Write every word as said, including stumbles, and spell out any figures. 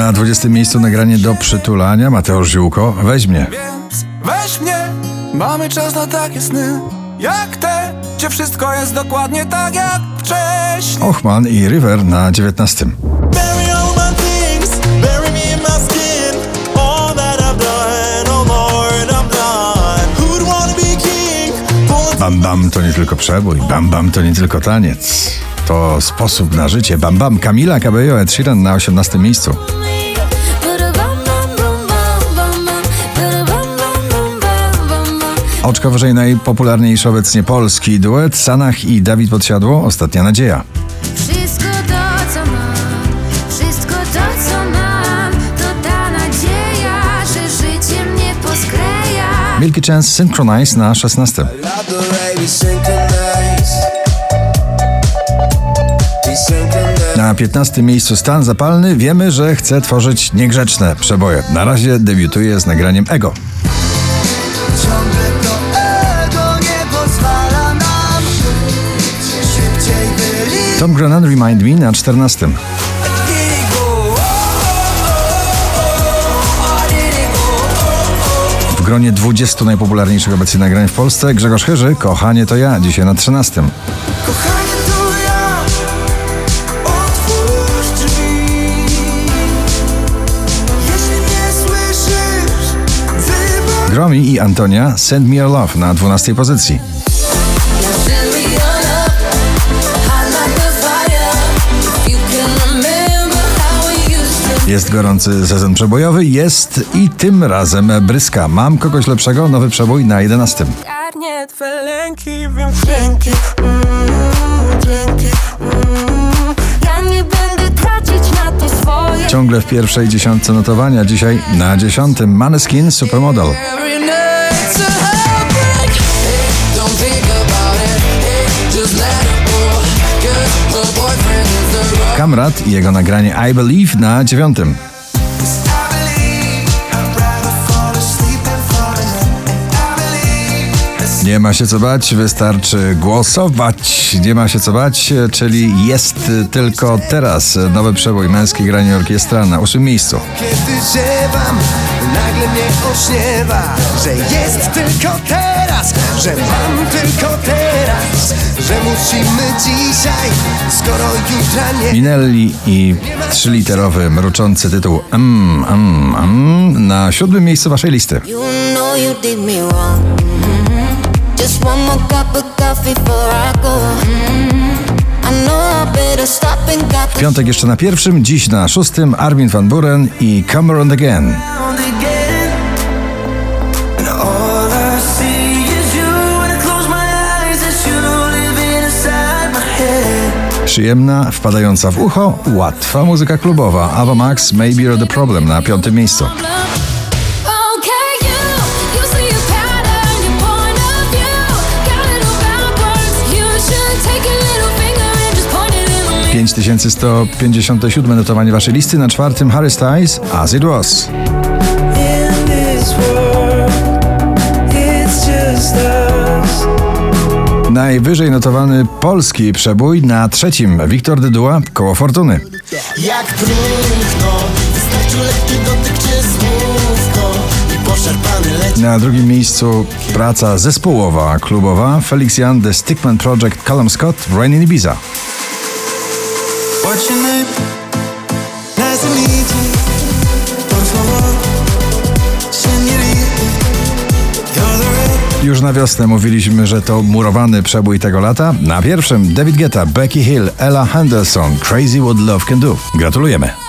Na dwudziestym miejscu nagranie do przytulania Mateusz Ziółko, Weź mnie. Więc weź mnie, mamy czas na takie sny jak te, gdzie wszystko jest dokładnie tak jak wcześniej. Ochman i River na dziewiętnastym. Bam Bam to nie tylko przebój, Bam Bam to nie tylko taniec. To sposób na życie. Bam Bam Camila Cabello, Ed Sheeran na osiemnastym miejscu. Oczko wyżej najpopularniejszy obecnie polski duet Sanach i Dawid Podsiadło, Ostatnia nadzieja. Wszystko to, co mam, wszystko to, co mam, to ta nadzieja, że życie mnie poskleja. Milky Chance Synchronize na szesnastym. Na piętnastym miejscu stan zapalny. Wiemy, że chce tworzyć niegrzeczne przeboje. Na razie debiutuje z nagraniem Ego. Tom Grennan Remind Me na czternastym. W gronie dwudziestu najpopularniejszych obecnie nagrań w Polsce Grzegorz Chyży, Kochanie to ja, dzisiaj na trzynastym. Kochanie to ja, otwórz drzwi. Jeśli mnie słyszysz, wybacz. Gromi i Antonia Send Me Your Love na dwunastej pozycji. Jest gorący sezon przebojowy, jest i tym razem bryska. Mam kogoś lepszego, nowy przebój na jedenastym. Garnie twe lęki, wiem dzięki, mm, dzięki, mm. Ja nie będę tracić na to swoje. Ciągle w pierwszej dziesiątce notowania, dzisiaj na dziesiątym Maneskin Supermodel. Every night's a heartbreak. Hey, don't think about it. Hey, just let it go. 'Cause her boyfriend is the rock. Kamrat i jego nagranie I Believe na dziewiątym. Nie ma się co bać, wystarczy głosować. Nie ma się co bać, czyli jest tylko teraz. Nowy przebój, męskie granie orkiestra na ósmym miejscu. Kiedy ziewam, nagle mnie ośniewa, że jest tylko teraz, że mam tylko teraz, że musimy dzisiaj, skoro jutra nie... Minelli i trzyliterowy, mruczący tytuł mm, mm, mm, na siódmym miejscu waszej listy. You know you did me wrong. Mm-hmm. Just one more cup of coffee before I go. Mm-hmm. I know I better stop and got W piątek jeszcze na pierwszym, dziś na szóstym Armin van Buuren i Come Around Again. Przyjemna, wpadająca w ucho, łatwa muzyka klubowa. Ava Max, Maybe You're the Problem na piątym miejscu. pięć tysięcy sto pięćdziesiąte siódme notowanie waszej listy, na czwartym Harry Styles, As It Was. Najwyżej notowany polski przebój, na trzecim Wiktor Dyduła, Koło Fortuny. Jak próchno, wystarczy lekki dotyk cię słówko i poszarpany leci. Na drugim miejscu praca zespołowa, klubowa, Felix Jan, The Stickman Project, Callum Scott, Rain in Ibiza. What's your name? Nice to meet you. Por favor, señorita, you're the red. Już na wiosnę mówiliśmy, że to murowany przebój tego lata. Na pierwszym David Guetta, Becky Hill, Ella Henderson, Crazy What Love Can Do. Gratulujemy.